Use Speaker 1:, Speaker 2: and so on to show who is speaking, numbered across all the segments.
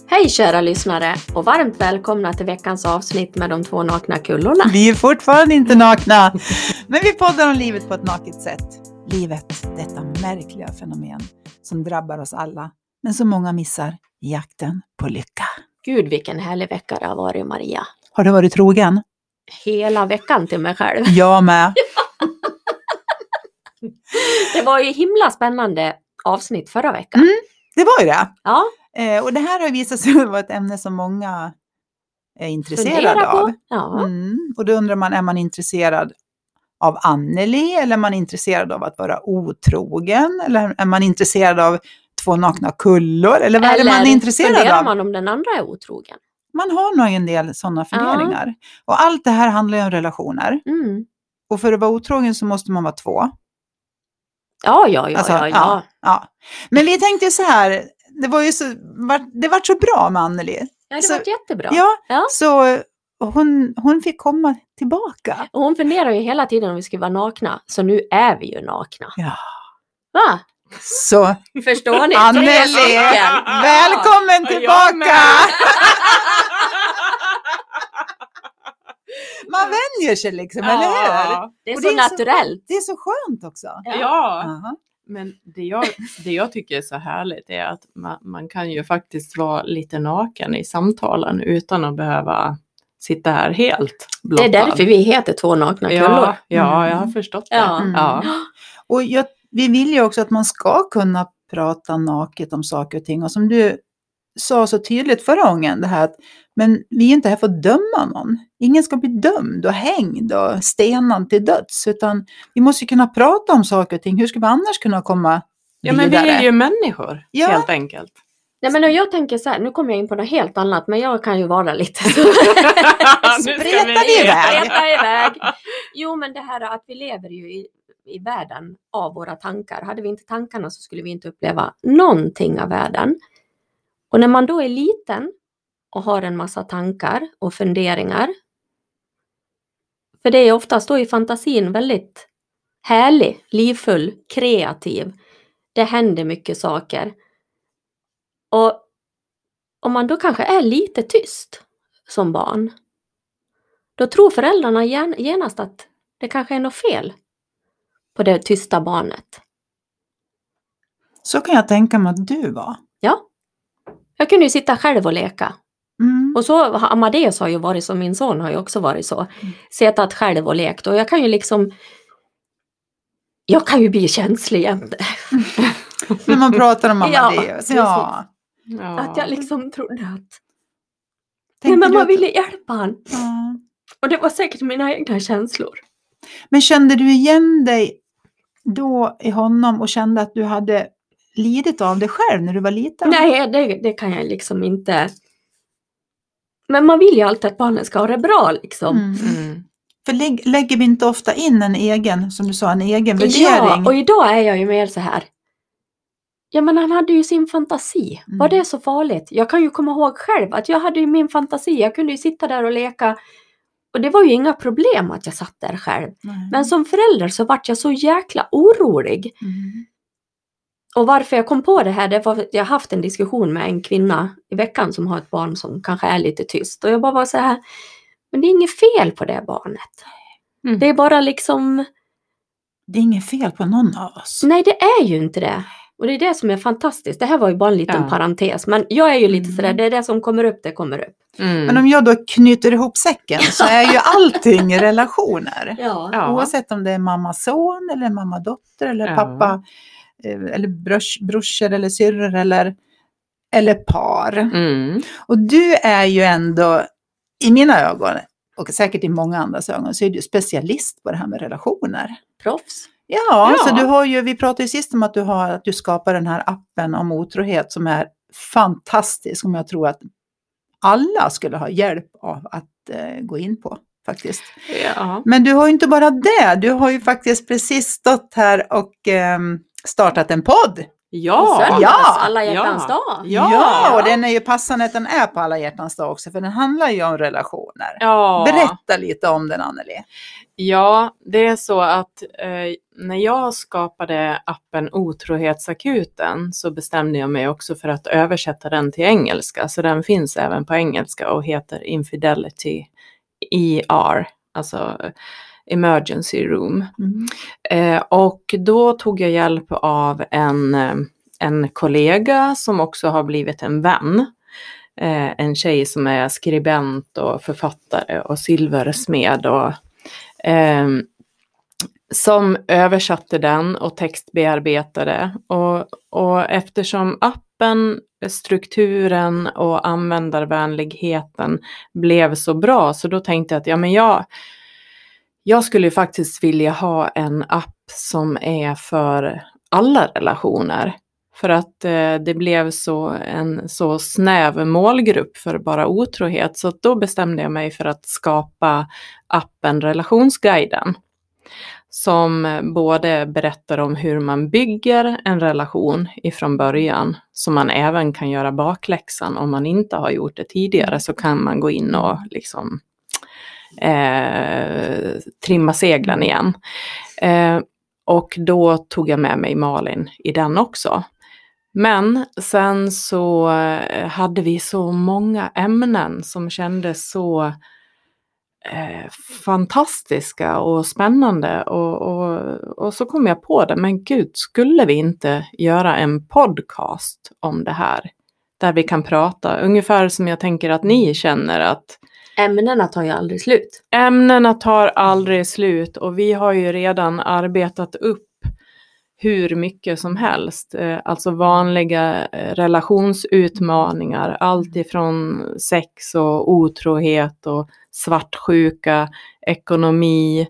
Speaker 1: Hej kära lyssnare och varmt välkomna till veckans avsnitt med de två nakna kullorna.
Speaker 2: Vi är fortfarande inte nakna, men vi poddar om livet på ett naket sätt. Livet, detta märkliga fenomen som drabbar oss alla, men som många missar i jakten på lycka.
Speaker 1: Gud vilken härlig vecka det har varit, Maria.
Speaker 2: Har du varit trogen?
Speaker 1: Hela veckan till mig själv.
Speaker 2: Jag med.
Speaker 1: Det var ju himla spännande avsnitt förra veckan.
Speaker 2: Det var ju det.
Speaker 1: Ja.
Speaker 2: Och det här har visat sig vara ett ämne som många är intresserade av.
Speaker 1: Ja.
Speaker 2: Och då undrar man, är man intresserad av Anneli eller är man intresserad av att vara otrogen? Eller är man intresserad av två nakna kullor? Eller vad är det man är intresserad av?
Speaker 1: Funderar man om den andra är otrogen?
Speaker 2: Man har nog en del sådana funderingar. Och allt det här handlar ju om relationer.
Speaker 1: Mm.
Speaker 2: Och för att vara otrogen så måste man vara två.
Speaker 1: Ja.
Speaker 2: Ja. Men vi tänkte så här, det var så bra med Anneli.
Speaker 1: Ja, det var jättebra.
Speaker 2: Ja. Så hon fick komma tillbaka.
Speaker 1: Och hon funderar ju hela tiden om vi ska vara nakna. Så nu är vi ju nakna.
Speaker 2: Ja.
Speaker 1: Va?
Speaker 2: Så
Speaker 1: Förstår ni?
Speaker 2: Anneli, välkommen tillbaka! Man vänjer sig liksom, eller hur?
Speaker 1: Det är
Speaker 2: Och
Speaker 1: så naturellt.
Speaker 2: Det är så skönt också.
Speaker 3: Ja.
Speaker 2: Aha.
Speaker 3: Men det jag tycker är så härligt är att man kan ju faktiskt vara lite naken i samtalen utan att behöva sitta här helt blottad.
Speaker 1: Det är därför vi heter två nakna kullor.
Speaker 3: Ja, jag har förstått det.
Speaker 1: Ja.
Speaker 3: Ja.
Speaker 2: Och vi vill ju också att man ska kunna prata naket om saker och ting. Och som du sa så tydligt förra gången, det här att men vi är inte här för att döma någon. Ingen ska bli dömd och hängd och stenad till döds. Utan vi måste kunna prata om saker och ting. Hur ska vi annars kunna komma vidare?
Speaker 3: Men vi är ju människor, helt enkelt.
Speaker 1: Nej, men jag tänker så här, nu kommer jag in på något helt annat, men jag kan ju vara lite så.
Speaker 2: Spreta iväg.
Speaker 1: Jo, men det här att vi lever ju i världen av våra tankar. Hade vi inte tankarna så skulle vi inte uppleva någonting av världen. Och när man då är liten och har en massa tankar och funderingar. För det är oftast då i fantasin väldigt härlig, livfull, kreativ. Det händer mycket saker. Och om man då kanske är lite tyst som barn. Då tror föräldrarna genast att det kanske är något fel på det tysta barnet.
Speaker 2: Så kan jag tänka mig att du var.
Speaker 1: Ja. Jag kunde ju sitta själv och leka. Och så Amadeus har ju varit så, min son har ju också varit så. Suttit själv och lekt. Och jag kan ju liksom, jag kan ju bli känslig jämte.
Speaker 2: När man pratar om Amadeus. Ja.
Speaker 1: Att jag liksom trodde att men man ville hjälpa han.
Speaker 2: Ja.
Speaker 1: Och det var säkert mina egna känslor.
Speaker 2: Men kände du igen dig då i honom och kände att du hade lidit av det själv när du var liten?
Speaker 1: Nej, det kan jag liksom inte. Men man vill ju alltid att barnen ska ha det bra liksom.
Speaker 2: För lägger vi inte ofta in en egen, som du sa, en egen värdering?
Speaker 1: Ja, och idag är jag ju mer så här. Ja, men han hade ju sin fantasi. Var det så farligt? Jag kan ju komma ihåg själv att jag hade ju min fantasi. Jag kunde ju sitta där och leka. Och det var ju inga problem att jag satt där själv. Men som förälder så vart jag så jäkla orolig. Och varför jag kom på det här, det var att jag haft en diskussion med en kvinna i veckan som har ett barn som kanske är lite tyst. Och jag bara var så här, men det är inget fel på det barnet. Det är bara liksom...
Speaker 2: Det är inget fel på någon av oss.
Speaker 1: Nej, det är ju inte det. Och det är det som är fantastiskt. Det här var ju bara en liten parentes. Men jag är ju lite sådär, det är det som kommer upp, det kommer upp.
Speaker 2: Men om jag då knyter ihop säcken så är ju allting relationer.
Speaker 1: Ja.
Speaker 2: Oavsett om det är mamma-son eller mamma-dotter eller pappa eller brorsor eller syrror eller par. Och du är ju ändå, i mina ögon och säkert i många andras ögon, så är du specialist på det här med relationer.
Speaker 1: Proffs.
Speaker 2: Ja, så du har ju, vi pratade ju sist om att du skapar den här appen om otrohet som är fantastisk, som jag tror att alla skulle ha hjälp av att gå in på faktiskt.
Speaker 3: Ja.
Speaker 2: Men du har ju inte bara det, du har ju faktiskt precis stått här och startat en podd.
Speaker 3: Ja,
Speaker 1: söndags,
Speaker 2: Ja.
Speaker 1: alla hjärtans dag.
Speaker 2: Ja, och den är ju passande att den är på alla hjärtans dag också, för den handlar ju om relationer.
Speaker 3: Ja.
Speaker 2: Berätta lite om den, Anneli.
Speaker 3: Ja, det är så att när jag skapade appen Otrohetsakuten så bestämde jag mig också för att översätta den till engelska. Så den finns även på engelska och heter Infidelity ER, alltså Emergency Room. Och då tog jag hjälp av en kollega som också har blivit en vän. En tjej som är skribent och författare och silversmed och som översatte den och textbearbetade. Och eftersom appen, strukturen och användarvänligheten blev så bra, så då tänkte jag att jag skulle faktiskt vilja ha en app som är för alla relationer. För att det blev en så snäv målgrupp för bara otrohet. Så då bestämde jag mig för att skapa appen Relationsguiden. Som både berättar om hur man bygger en relation ifrån början. Så man även kan göra bakläxan om man inte har gjort det tidigare. Så kan man gå in och liksom trimma seglen igen. Och då tog jag med mig Malin i den också. Men sen så hade vi så många ämnen som kändes så fantastiska och spännande. Och så kom jag på det. Men gud, skulle vi inte göra en podcast om det här? Där vi kan prata. Ungefär som jag tänker att ni känner att
Speaker 1: Ämnena tar ju aldrig slut.
Speaker 3: ämnena tar aldrig slut. Och vi har ju redan arbetat upp hur mycket som helst. Alltså vanliga relationsutmaningar. Allt ifrån sex och otrohet och svartsjuka, ekonomi,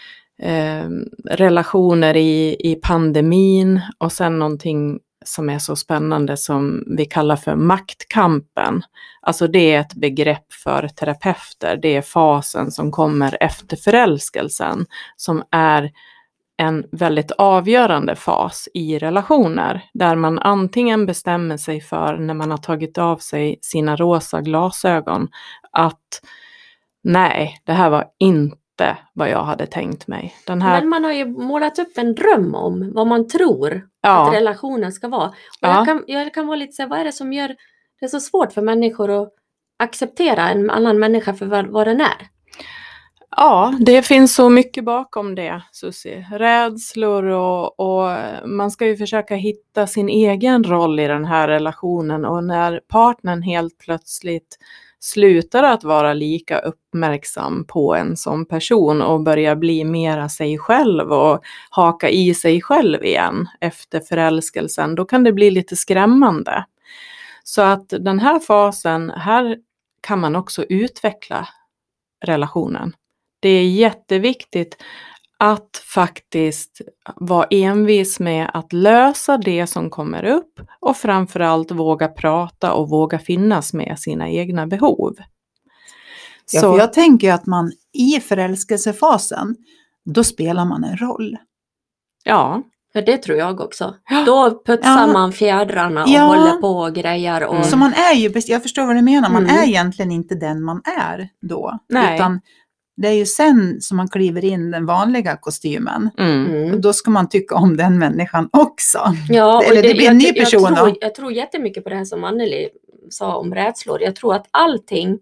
Speaker 3: relationer i pandemin. Och sen någonting som är så spännande som vi kallar för maktkampen. Alltså det är ett begrepp för terapeuter. Det är fasen som kommer efter förälskelsen som är en väldigt avgörande fas i relationer. Där man antingen bestämmer sig för när man har tagit av sig sina rosa glasögon att nej, det här var inte vad jag hade tänkt mig.
Speaker 1: Men man har ju målat upp en dröm om vad man tror att relationen ska vara. Och jag kan vara lite så här, vad är det som gör det så svårt för människor att acceptera en annan människa för vad den är?
Speaker 3: Ja, det finns så mycket bakom det, Susie. Rädslor och man ska ju försöka hitta sin egen roll i den här relationen. Och när partnern helt plötsligt slutar att vara lika uppmärksam på en som person och börjar bli mera sig själv och haka i sig själv igen efter förälskelsen, då kan det bli lite skrämmande. Så att den här fasen, här kan man också utveckla relationen. Det är jätteviktigt att faktiskt vara envis med att lösa det som kommer upp och framförallt våga prata och våga finnas med sina egna behov.
Speaker 2: Ja, för jag tänker att man i förälskelsefasen, då spelar man en roll.
Speaker 3: Ja.
Speaker 1: Ja, det tror jag också. Då putsar man fjädrarna och håller på och grejer. Och...
Speaker 2: Så man är ju, jag förstår vad du menar, man är egentligen inte den man är då.
Speaker 3: Nej.
Speaker 2: Utan det är ju sen som man kliver in den vanliga kostymen. Och då ska man tycka om den människan också.
Speaker 1: Ja,
Speaker 2: eller det blir en ny person då.
Speaker 1: Jag tror jättemycket på det här som Anneli sa om rädslor. Jag tror att allting...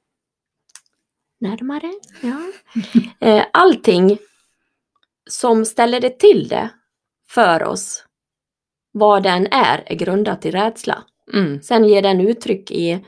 Speaker 1: Närmare? Ja. Allting som ställer det till det för oss, vad den är grundat i rädsla. Sen ger den uttryck i...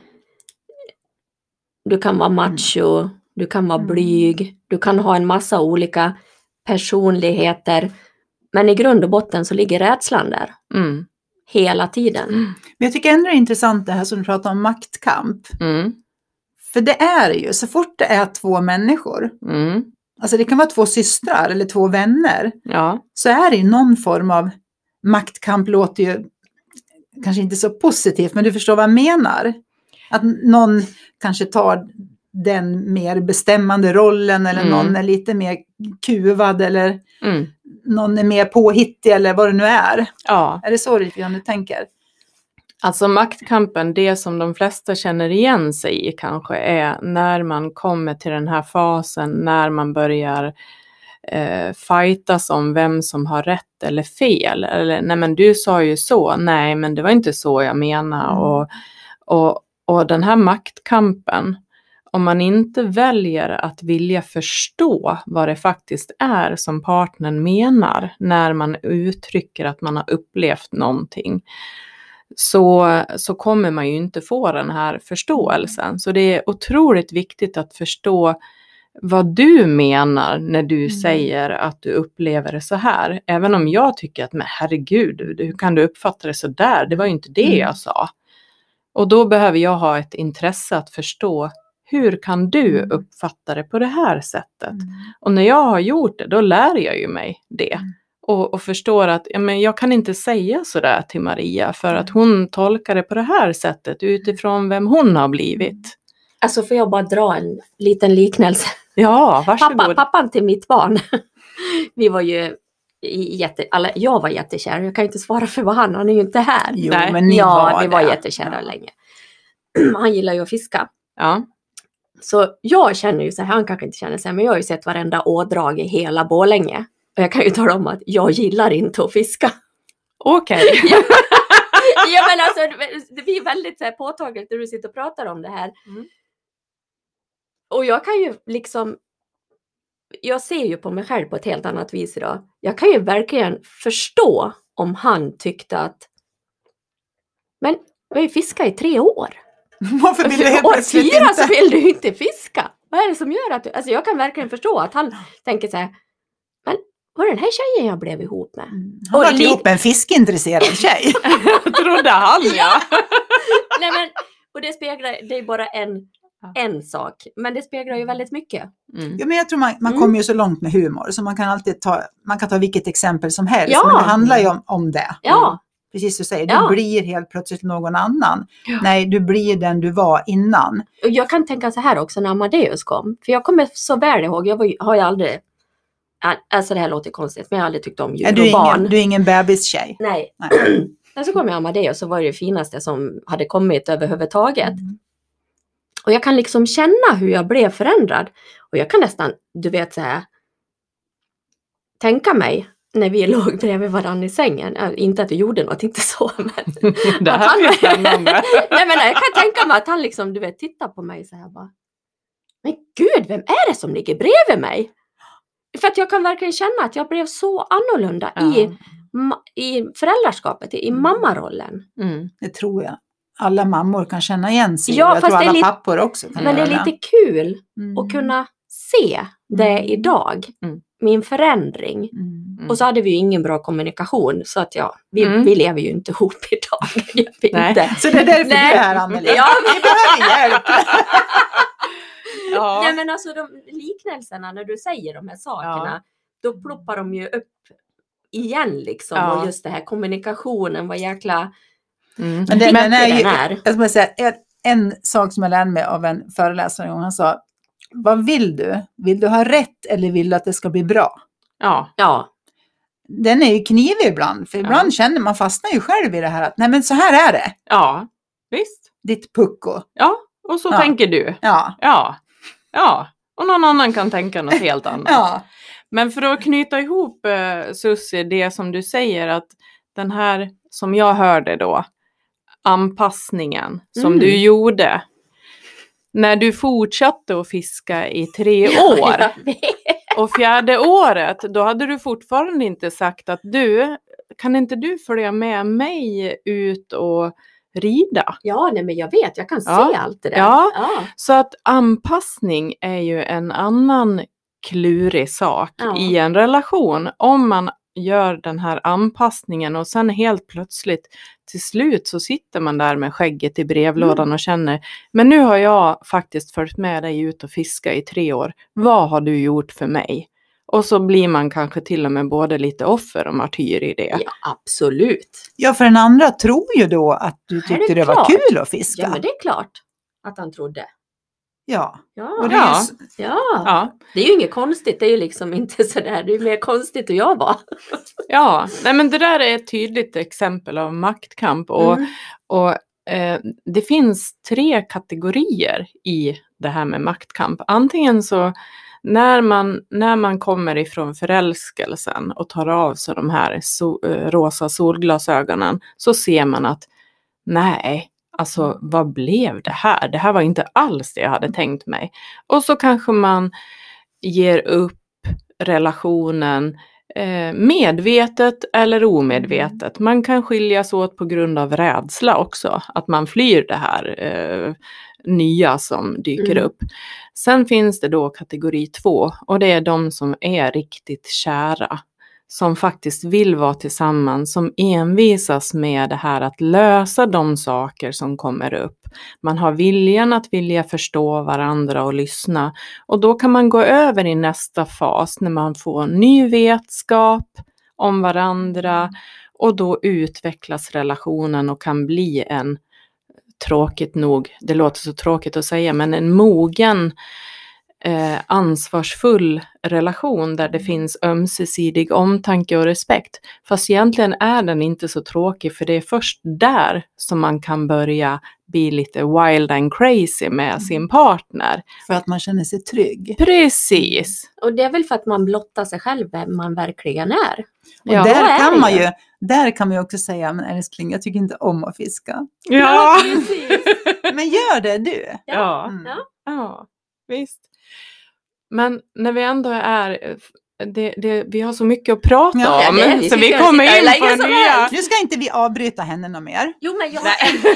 Speaker 1: Du kan vara macho... Du kan vara blyg, du kan ha en massa olika personligheter. Men i grund och botten så ligger rädslan där. Hela tiden.
Speaker 2: Men jag tycker ändå det är intressant det här som du pratar om maktkamp. För det är ju, så fort det är två människor. Alltså det kan vara två systrar eller två vänner.
Speaker 3: Ja.
Speaker 2: Så är det ju någon form av maktkamp, låter ju kanske inte så positivt. Men du förstår vad jag menar. Att någon kanske tar... den mer bestämmande rollen eller någon är lite mer kuvad eller någon är mer påhittig eller vad det nu är.
Speaker 3: Ja.
Speaker 2: Är det så du tänker?
Speaker 3: Alltså maktkampen, det som de flesta känner igen sig i kanske är när man kommer till den här fasen, när man börjar fightas om vem som har rätt eller fel. Eller, nej men du sa ju så, nej men det var inte så jag menar. Och den här maktkampen, om man inte väljer att vilja förstå vad det faktiskt är som partnern menar när man uttrycker att man har upplevt någonting, så kommer man ju inte få den här förståelsen. Så det är otroligt viktigt att förstå vad du menar när du säger att du upplever det så här. Även om jag tycker att, men herregud, hur kan du uppfatta det så där? Det var ju inte det jag sa. Och då behöver jag ha ett intresse att förstå, hur kan du uppfatta det på det här sättet? Och när jag har gjort det, då lär jag ju mig det. Och förstår att men jag kan inte säga sådär till Maria för att hon tolkar det på det här sättet utifrån vem hon har blivit.
Speaker 1: Alltså får jag bara dra en liten liknelse?
Speaker 3: Ja, varsågod.
Speaker 1: Pappan till mitt barn. Vi var ju jag var jättekär. Jag kan inte svara för vad han är ju inte här.
Speaker 2: Jo,
Speaker 3: Nej.
Speaker 2: men vi
Speaker 1: var jättekära länge. Han gillar ju att fiska.
Speaker 3: Ja.
Speaker 1: Så jag känner ju så här, han kanske inte känner sig, men jag har ju sett varenda ådrag i hela Borlänge. Och jag kan ju tala om att jag gillar inte att fiska.
Speaker 3: Okej.
Speaker 1: Ja men alltså, det blir väldigt så här påtagligt när du sitter och pratar om det här. Och jag kan ju liksom, jag ser ju på mig själv på ett helt annat vis idag. Jag kan ju verkligen förstå om han tyckte att, men jag har ju fiskat i 3 år.
Speaker 2: Varför vill du helt
Speaker 1: år
Speaker 2: plötsligt
Speaker 1: 4
Speaker 2: inte?
Speaker 1: så vill du inte fiska. Vad är det som gör att du, alltså jag kan verkligen förstå att han tänker så här, men vad är den här tjejen jag blev ihop med?
Speaker 2: Han var ihop med en fiskintresserad tjej.
Speaker 3: Trodde han, ja.
Speaker 1: Nej men, och det speglar, det är bara en sak, men det speglar ju väldigt mycket.
Speaker 2: Ja, men jag tror man kommer ju så långt med humor så man kan alltid man kan ta vilket exempel som helst,
Speaker 1: Ja.
Speaker 2: men det handlar ju om det.
Speaker 1: Ja.
Speaker 2: Precis som du säger, du blir helt plötsligt någon annan. Ja. Nej, du blir den du var innan.
Speaker 1: Och jag kan tänka så här också när Amadeus kom, för jag kommer så väl ihåg, har ju aldrig, alltså det här låter konstigt, men jag har aldrig tyckt om djur och barn.
Speaker 2: Du är ingen bebistjej.
Speaker 1: Nej. Men så kom jag Amadeus, så var det finaste som hade kommit överhuvudtaget. Och jag kan liksom känna hur jag blev förändrad. Och jag kan nästan, du vet så här, tänka mig när vi låg bredvid varandra i sängen. Inte att du gjorde något, inte så. Men
Speaker 3: det här är spännande.
Speaker 1: Nej men jag kan tänka mig att han liksom, du vet, tittar på mig så här bara. Men gud, vem är det som ligger bredvid mig? För att jag kan verkligen känna att jag blev så annorlunda i föräldraskapet, i mammarollen.
Speaker 2: Det tror jag. Alla mammor kan känna igen sig.
Speaker 1: Ja,
Speaker 2: jag tror alla pappor också kan.
Speaker 1: Men det är lite kul att kunna se det idag. Min förändring. Och så hade vi ju ingen bra kommunikation. Så att vi lever ju inte ihop idag.
Speaker 2: Inte. Så det är därför du är här, Anneli.
Speaker 1: Ja,
Speaker 2: vi behöver hjälp.
Speaker 1: Ja, men alltså de liknelserna när du säger de här sakerna. Då ploppar de ju upp igen liksom. Och just det här kommunikationen var jäkla...
Speaker 2: Men den är. Jag ska säga, en sak som jag lärde mig av en föreläsare en gång. Han sa, vad vill du? Vill du ha rätt eller vill du att det ska bli bra?
Speaker 3: Ja.
Speaker 2: Den är ju knivig ibland. För ibland känner man fastnar ju själv i det här. Att nej men så här är det.
Speaker 3: Ja, visst.
Speaker 2: Ditt pucko.
Speaker 3: Ja, och så tänker du. Ja. Och någon annan kan tänka något helt annat. Men för att knyta ihop Susie, det som du säger, att den här som jag hörde då, anpassningen som du gjorde när du fortsatte att fiska i 3 år och 4:e året, då hade du fortfarande inte sagt att kan inte du följa med mig ut och rida?
Speaker 1: Ja, nej, men jag vet, jag kan se allt det där.
Speaker 3: Ja, så att anpassning är ju en annan klurig sak i en relation. Om man gör den här anpassningen och sen helt plötsligt till slut så sitter man där med skägget i brevlådan och känner, men nu har jag faktiskt följt med dig ut och fiska i 3 år. Vad har du gjort för mig? Och så blir man kanske till och med både lite offer och martyr i det.
Speaker 1: Ja, absolut.
Speaker 2: Ja, för den andra tror ju då att du tyckte det var kul att fiska.
Speaker 1: Ja, men det är klart att han trodde.
Speaker 2: Ja.
Speaker 1: Ja,
Speaker 2: Och det är
Speaker 3: Ja.
Speaker 1: ja. Det är ju inget konstigt, det är ju liksom inte sådär, det är mer konstigt hur jag var.
Speaker 3: Ja, nej men det där är ett tydligt exempel av maktkamp och det finns 3 kategorier i det här med maktkamp. Antingen så när man kommer ifrån förälskelsen och tar av sig de här rosa solglasögonen så ser man att nej, alltså vad blev det här? Det här var inte alls det jag hade tänkt mig. Och så kanske man ger upp relationen medvetet eller omedvetet. Man kan skiljas åt på grund av rädsla också. Att man flyr det här nya som dyker upp. Sen finns det då kategori 2 och det är de som är riktigt kära. Som faktiskt vill vara tillsammans, som envisas med det här att lösa de saker som kommer upp. Man har viljan att vilja förstå varandra och lyssna. Och då kan man gå över i nästa fas när man får ny vetskap om varandra. Och då utvecklas relationen och kan bli en, tråkigt nog, det låter så tråkigt att säga, men en mogen ansvarsfull relation där det finns ömsesidig omtanke och respekt. Fast egentligen är den inte så tråkig för det är först där som man kan börja bli lite wild and crazy med sin partner.
Speaker 2: För att man känner sig trygg.
Speaker 3: Precis.
Speaker 1: Och det är väl för att man blottar sig själv vem man verkligen är.
Speaker 2: Och
Speaker 3: Ja,
Speaker 2: där kan man ju också säga, men älskling, jag tycker inte om att fiska.
Speaker 3: Ja.
Speaker 1: precis.
Speaker 2: Men gör det du.
Speaker 3: Ja.
Speaker 2: Mm.
Speaker 3: Ja, visst. Men när vi ändå är, vi har så mycket att prata
Speaker 2: Ja,
Speaker 3: om,
Speaker 1: det är vi.
Speaker 3: så vi
Speaker 1: Sitter
Speaker 3: kommer
Speaker 1: hur
Speaker 3: in
Speaker 1: länge
Speaker 3: på
Speaker 1: som
Speaker 3: nya.
Speaker 1: helst.
Speaker 2: Nu ska inte vi avbryta henne något mer.
Speaker 1: Jo, men jag har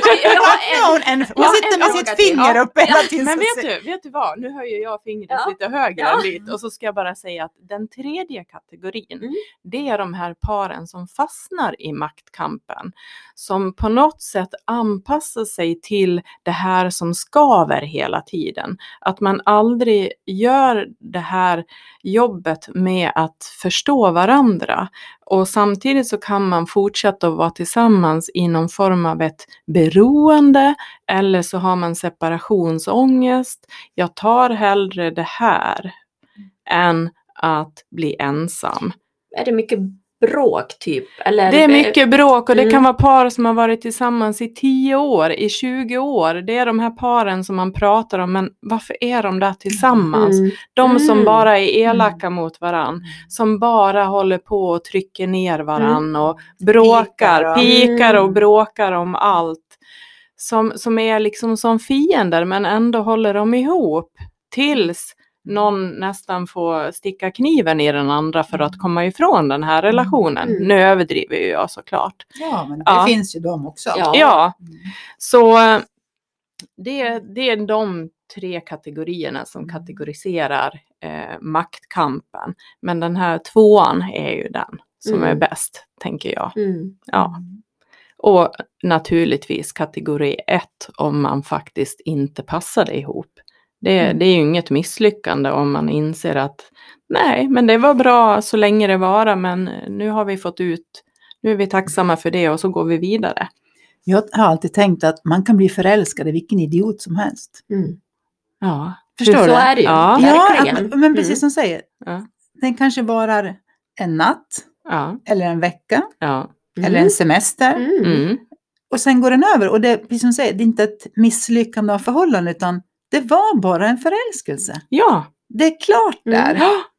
Speaker 1: en
Speaker 2: Hon sitter med sitt finger uppe hela tiden.
Speaker 3: Men
Speaker 2: så
Speaker 3: vet du vad? Nu höjer jag fingret
Speaker 1: Ja.
Speaker 3: lite högre
Speaker 1: Ja.
Speaker 3: än dit. Och så ska jag bara säga att den tredje kategorin, det är de här paren som fastnar i maktkampen. Som på något sätt anpassar sig till det här som skaver hela tiden. Att man aldrig gör det här jobbet med att förstå varandra. Och samtidigt så kan man fortsätta att vara tillsammans i någon form av ett beroende. Eller så har man separationsångest. Jag tar hellre det här än att bli ensam.
Speaker 1: Är det mycket bråk typ? Eller?
Speaker 3: Det är mycket bråk och det kan vara par som har varit tillsammans i 10 år, i 20 år. Det är de här paren som man pratar om, men varför är de där tillsammans? De som bara är elaka mot varann, som bara håller på och trycker ner varann och pikar och bråkar om allt. Som är liksom som fiender, men ändå håller de ihop tills någon nästan får sticka kniven i den andra för att komma ifrån den här relationen. Nu överdriver ju jag såklart.
Speaker 2: Ja, men det finns ju de också.
Speaker 1: Ja.
Speaker 3: Så det är de 3 kategorierna som kategoriserar maktkampen. Men den här 2:an är ju den som är bäst, tänker jag. Ja. Och naturligtvis kategori 1 om man faktiskt inte passade ihop. Det är ju inget misslyckande om man inser att nej, men det var bra så länge det var, men nu har vi fått ut, nu är vi tacksamma för det och så går vi vidare.
Speaker 2: Jag har alltid tänkt att man kan bli förälskad i vilken idiot som helst.
Speaker 3: Ja.
Speaker 2: Förstår
Speaker 1: Så
Speaker 2: du?
Speaker 1: är det ju.
Speaker 3: Ja.
Speaker 1: Verkligen.
Speaker 2: Men precis som säger.
Speaker 3: Ja.
Speaker 2: Den kanske varar en natt,
Speaker 3: Ja.
Speaker 2: eller en vecka,
Speaker 3: Ja.
Speaker 2: eller en semester.
Speaker 3: Mm.
Speaker 2: Och sen går den över. Och det, precis som säger, det är inte ett misslyckande av förhållande, utan det var bara en förälskelse.
Speaker 3: Ja.
Speaker 2: Det är klart där.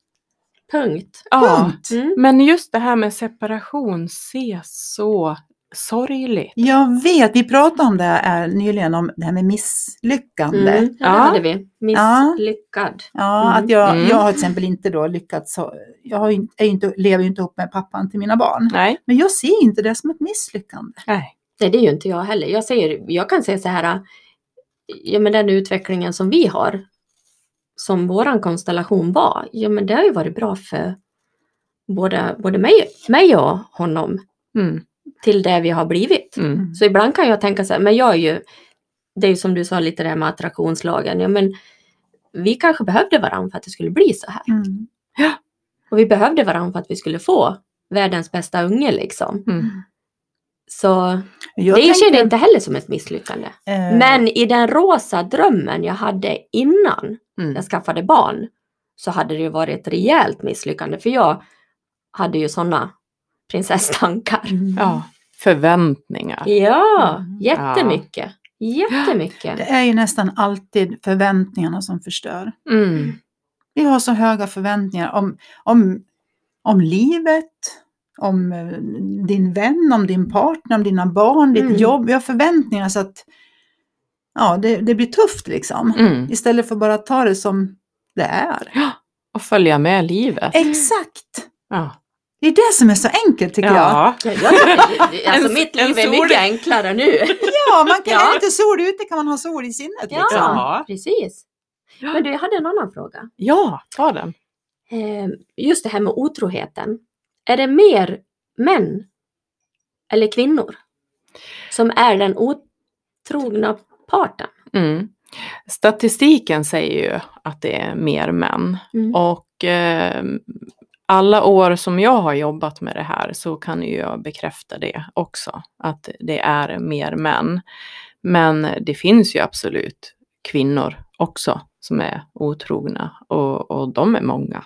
Speaker 1: Punkt.
Speaker 3: Ja.
Speaker 2: Punkt.
Speaker 3: Men just det här med separation ses så sorgligt.
Speaker 2: Jag vet, vi pratade om det här nyligen, om det här med misslyckande.
Speaker 1: Ja, det hade vi. Misslyckad.
Speaker 2: Ja, att jag har till exempel inte då lyckats, lever ju inte ihop med pappan till mina barn.
Speaker 3: Nej.
Speaker 2: Men jag ser inte det som ett misslyckande.
Speaker 3: Nej.
Speaker 1: Nej, det är ju inte jag heller. Jag kan säga så här, ja men den utvecklingen som vi har, som våran konstellation var, ja men det har ju varit bra för både mig och honom till det vi har blivit. Så ibland kan jag tänka så här, men det är ju som du sa lite där med attraktionslagen, ja men vi kanske behövde varandra för att det skulle bli så här.
Speaker 3: Ja.
Speaker 1: Och vi behövde varandra för att vi skulle få världens bästa unge liksom. Så
Speaker 2: Jag
Speaker 1: det ser
Speaker 2: tänkte-
Speaker 1: det inte heller som ett misslyckande. Men i den rosa drömmen jag hade innan jag skaffade barn så hade det ju varit ett rejält misslyckande. För jag hade ju sådana prinsesstankar.
Speaker 3: Ja, förväntningar.
Speaker 1: Ja, jättemycket. Jättemycket.
Speaker 2: Det är ju nästan alltid förväntningarna som förstör.
Speaker 3: Mm.
Speaker 2: Vi har så höga förväntningar om livet, om din vän, om din partner, om dina barn, ditt jobb. Vi har förväntningar så att det blir tufft liksom. Istället för bara ta det som det är.
Speaker 3: Ja, och följa med livet.
Speaker 2: Exakt!
Speaker 3: Ja.
Speaker 2: Det är det som är så enkelt tycker jag.
Speaker 3: Ja.
Speaker 1: Alltså mitt liv är mycket enklare nu.
Speaker 2: Ja, man kan ha inte sol ute kan man ha sol i sinnet liksom.
Speaker 1: Ja, precis. Men du, jag hade en annan fråga.
Speaker 3: Ja, ta den.
Speaker 1: Just det här med otroheten. Är det mer män eller kvinnor som är den otrogna parten?
Speaker 3: Statistiken säger ju att det är mer män. Och alla år som jag har jobbat med det här så kan ju jag bekräfta det också. Att det är mer män. Men det finns ju absolut kvinnor också som är otrogna. Och de är många.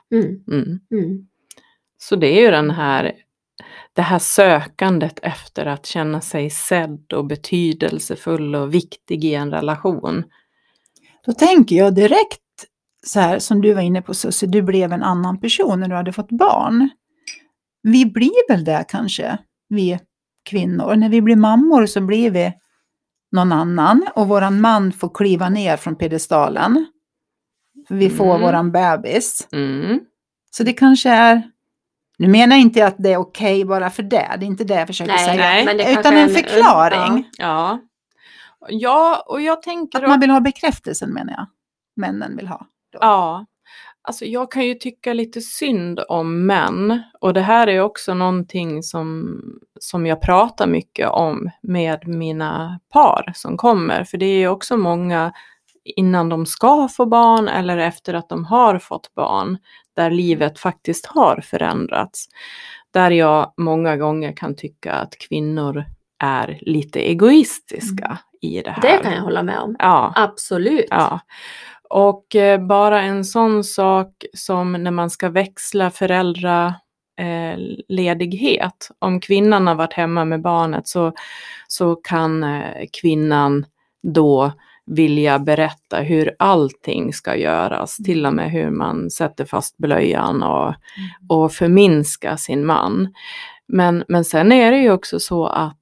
Speaker 3: Så det är ju det här sökandet efter att känna sig sedd och betydelsefull och viktig i en relation.
Speaker 2: Då tänker jag direkt så här som du var inne på Susie, du blev en annan person när du hade fått barn. Vi blir väl där kanske, vi kvinnor. När vi blir mammor så blir vi någon annan och våran man får kliva ner från pedestalen. För vi får våran bebis. Så det kanske är, nu menar jag inte att det är okej bara för det. Det är inte det jag försöker säga.
Speaker 1: Men det
Speaker 2: utan en förklaring.
Speaker 3: Ja, och jag tänker...
Speaker 2: Att man vill ha bekräftelsen menar jag. Männen vill ha. Då.
Speaker 3: Ja, alltså jag kan ju tycka lite synd om män. Och det här är också någonting som jag pratar mycket om med mina par som kommer. För det är ju också många innan de ska få barn eller efter att de har fått barn. Där livet faktiskt har förändrats. Där jag många gånger kan tycka att kvinnor är lite egoistiska i det här.
Speaker 1: Det kan jag hålla med om.
Speaker 3: Ja.
Speaker 1: Absolut.
Speaker 3: Ja. Och bara en sån sak som när man ska växla föräldraledighet. Om kvinnan har varit hemma med barnet så kan kvinnan då vilja berätta hur allting ska göras. Till och med hur man sätter fast blöjan och förminska sin man. Men sen är det ju också så att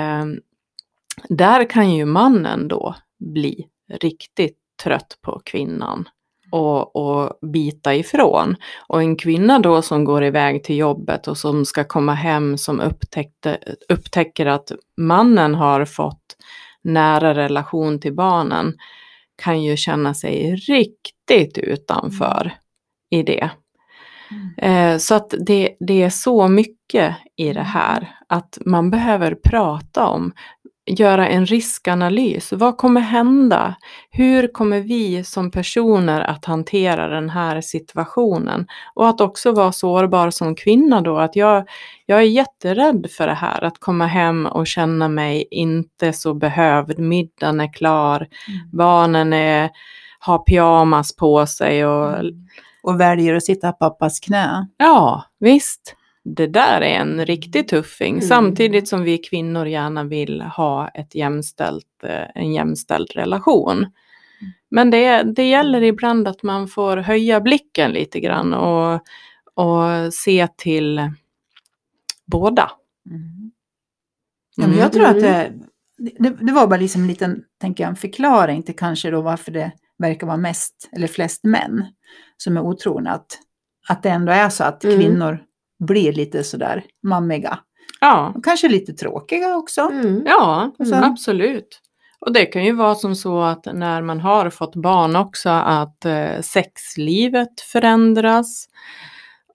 Speaker 3: där kan ju mannen då bli riktigt trött på kvinnan och bita ifrån. Och en kvinna då som går iväg till jobbet och som ska komma hem som upptäcker att mannen har fått nära relation till barnen kan ju känna sig riktigt utanför i det. Så att det är så mycket i det här att man behöver prata om, göra en riskanalys. Vad kommer hända? Hur kommer vi som personer att hantera den här situationen? Och att också vara sårbar som kvinna då. Att jag är jätterädd för det här. Att komma hem och känna mig inte så behövd. Middagen är klar. Barnen har pyjamas på sig.
Speaker 2: Och väljer att sitta på pappas knä.
Speaker 3: Ja, visst. Det där är en riktigt tuffing. Samtidigt som vi kvinnor gärna vill ha en jämställd relation. Men det gäller ibland att man får höja blicken lite grann. Och se till båda.
Speaker 2: Ja, men jag tror att det var bara liksom en liten, tänker jag, en förklaring till kanske då varför det verkar vara mest eller flest män som är otrogna. Att det ändå är så att kvinnor blir lite sådär mammiga.
Speaker 3: Ja.
Speaker 2: Och kanske lite tråkiga också.
Speaker 3: Ja, absolut. Och det kan ju vara som så att när man har fått barn också att sexlivet förändras.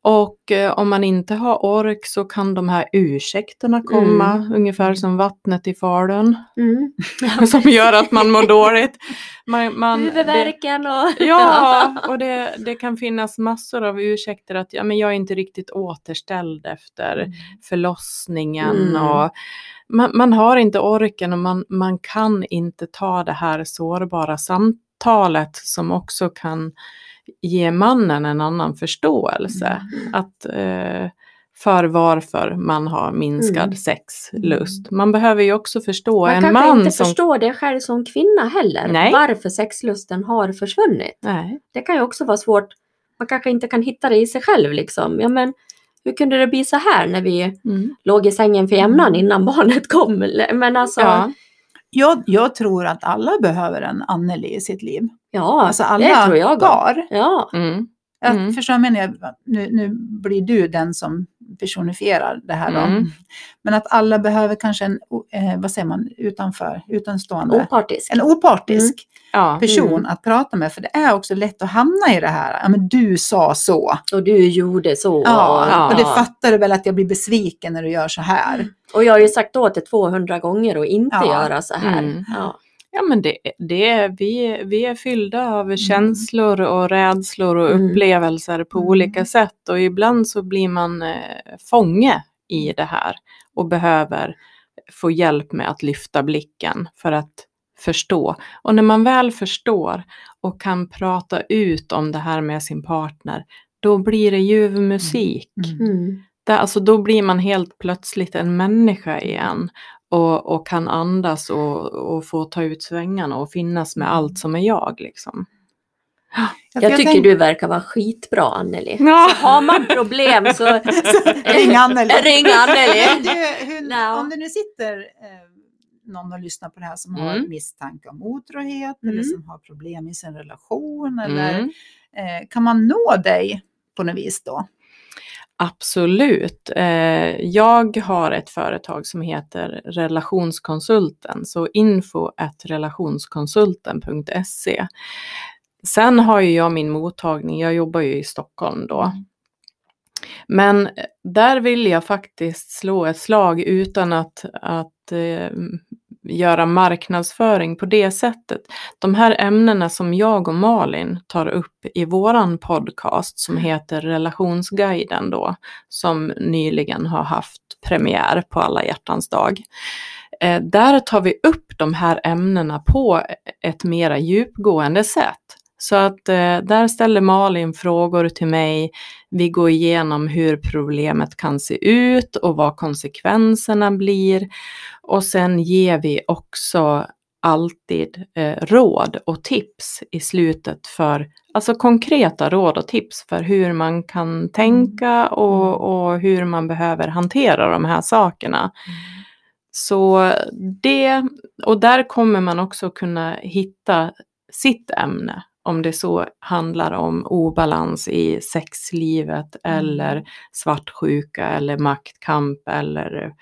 Speaker 3: Och om man inte har ork så kan de här ursäkterna komma, ungefär som vattnet i Falun, som gör att man mår dåligt.
Speaker 1: Huvudvärken och...
Speaker 3: Ja, och det kan finnas massor av ursäkter att men jag är inte riktigt återställd efter förlossningen. Och man har inte orken och man kan inte ta det här sårbara samtalet som också kan ge mannen en annan förståelse att för varför man har minskad sexlust. Man behöver ju också förstå
Speaker 1: man
Speaker 3: en man som...
Speaker 1: Man kanske inte förstår det själv som kvinna heller.
Speaker 3: Nej.
Speaker 1: Varför sexlusten har försvunnit.
Speaker 3: Nej.
Speaker 1: Det kan ju också vara svårt. Man kanske inte kan hitta det i sig själv liksom. Ja, men hur kunde det bli så här när vi låg i sängen för jämnan innan barnet kom? Men alltså...
Speaker 2: Ja. Jag tror att alla behöver en Anneli i sitt liv.
Speaker 1: Ja,
Speaker 2: alltså alla
Speaker 1: det tror jag
Speaker 2: par.
Speaker 1: Ja.
Speaker 2: Jag förstår, nu blir du den som personifierar det här då. Men att alla behöver kanske en, vad säger man, utanstående. En opartisk person att prata med. För det är också lätt att hamna i det här. Ja, men du sa så.
Speaker 1: Och du gjorde så.
Speaker 2: Ja, och det fattar du väl att jag blir besviken när du gör så här.
Speaker 1: Och jag har ju sagt åt det 200 gånger och inte göra så här.
Speaker 3: Ja, men vi är fyllda av känslor och rädslor och upplevelser på olika sätt. Och ibland så blir man fånge i det här och behöver få hjälp med att lyfta blicken för att förstå. Och när man väl förstår och kan prata ut om det här med sin partner, då blir det ljuv musik. Alltså då blir man helt plötsligt en människa igen. Och kan andas och få ta ut svängarna och finnas med allt som är jag liksom.
Speaker 1: Jag tycker du verkar vara skitbra, Anneli. Så har man problem så
Speaker 2: ring Anneli.
Speaker 1: Om
Speaker 2: det nu sitter någon och lyssnar på det här som har misstanke om otrohet eller som har problem i sin relation eller kan man nå dig på något vis då?
Speaker 3: Absolut. Jag har ett företag som heter Relationskonsulten. Så info@relationskonsulten.se. Sen har ju jag min mottagning. Jag jobbar ju i Stockholm då. Men där vill jag faktiskt slå ett slag utan att göra marknadsföring på det sättet. De här ämnena som jag och Malin tar upp i våran podcast som heter Relationsguiden då, som nyligen har haft premiär på Alla hjärtans dag. Där tar vi upp de här ämnena på ett mera djupgående sätt. Så att där ställer Malin frågor till mig. Vi går igenom hur problemet kan se ut och vad konsekvenserna blir. Och sen ger vi också alltid råd och tips i slutet för, alltså konkreta råd och tips för hur man kan tänka och hur man behöver hantera de här sakerna. Så det, och där kommer man också kunna hitta sitt ämne. Om det så handlar om obalans i sexlivet eller svartsjuka eller maktkamp eller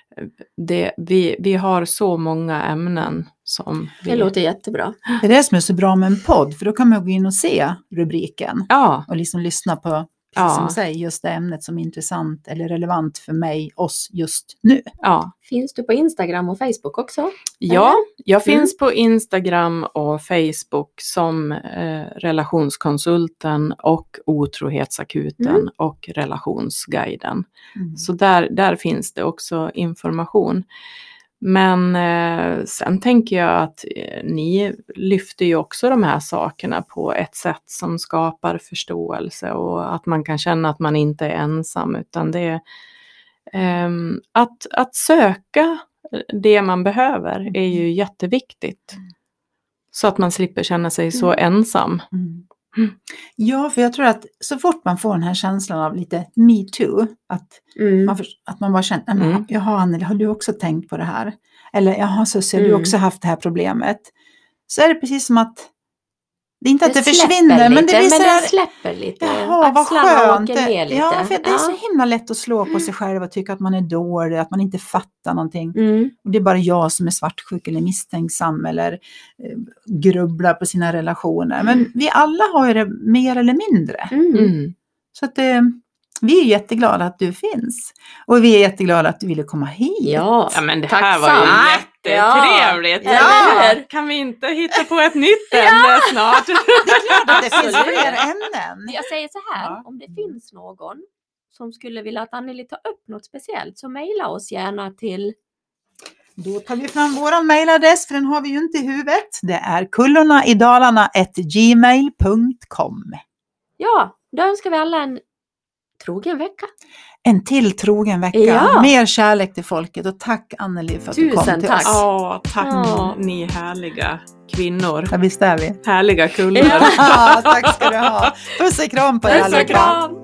Speaker 3: vi har så många ämnen som
Speaker 1: det låter jättebra.
Speaker 2: Det är det som är så bra med en podd, för då kan man gå in och se rubriken och liksom lyssna på som man säger, just det ämnet som är intressant eller relevant för mig, oss just nu.
Speaker 1: Finns du på Instagram och Facebook också?
Speaker 3: Ja, jag finns på Instagram och Facebook som relationskonsulten och otrohetsakuten och relationsguiden. Så där finns det också information. Men sen tänker jag att ni lyfter ju också de här sakerna på ett sätt som skapar förståelse och att man kan känna att man inte är ensam, utan det är att söka det man behöver är ju jätteviktigt. Så att man slipper känna sig så ensam.
Speaker 2: Ja, för jag tror att så fort man får den här känslan av lite me too, att man bara känner, jaha Anneli, har du också tänkt på det här? Eller jaha Susie, har du också haft det här problemet? Så är det precis som att det är inte att det försvinner, men det blir så här,
Speaker 1: släpper lite.
Speaker 2: Jaha, vad skönt.
Speaker 1: Lite.
Speaker 2: Ja, för det är så himla lätt att slå på sig själv och tycka att man är dålig, att man inte fattar någonting. Och det är bara jag som är svartsjuk eller misstänksam eller grubblar på sina relationer. Men vi alla har ju det mer eller mindre. Så att Vi är jätteglada att du finns. Och vi är jätteglada att du ville komma hit.
Speaker 1: Ja,
Speaker 3: men det
Speaker 1: tacksam.
Speaker 3: här var ju jättetrevligt.
Speaker 1: Ja.
Speaker 3: Kan vi inte hitta på ett nytt ämne snart?
Speaker 2: Det finns
Speaker 1: Absolut.
Speaker 2: fler ämnen.
Speaker 1: Jag säger så här,
Speaker 3: Ja.
Speaker 1: om det finns någon som skulle vilja att Anneli tar upp något speciellt, så mejla oss gärna till...
Speaker 2: Då tar vi fram våran mejladress, för den har vi ju inte i huvudet. Det är kullornaidalarna@gmail.com.
Speaker 1: Ja, då önskar vi alla en trogen vecka.
Speaker 2: En till trogen vecka.
Speaker 1: Ja.
Speaker 2: Mer kärlek till folket. Och tack Anneli för att du kom
Speaker 1: Tusen
Speaker 2: till
Speaker 1: tack.
Speaker 2: oss.
Speaker 3: Ja, tack
Speaker 1: Ja.
Speaker 3: ni härliga kvinnor.
Speaker 2: Ja, visst är vi.
Speaker 3: Härliga kullor.
Speaker 2: Ja, tack ska du ha. Puss och kram på er
Speaker 1: Puss och
Speaker 2: allihopa.
Speaker 1: kram!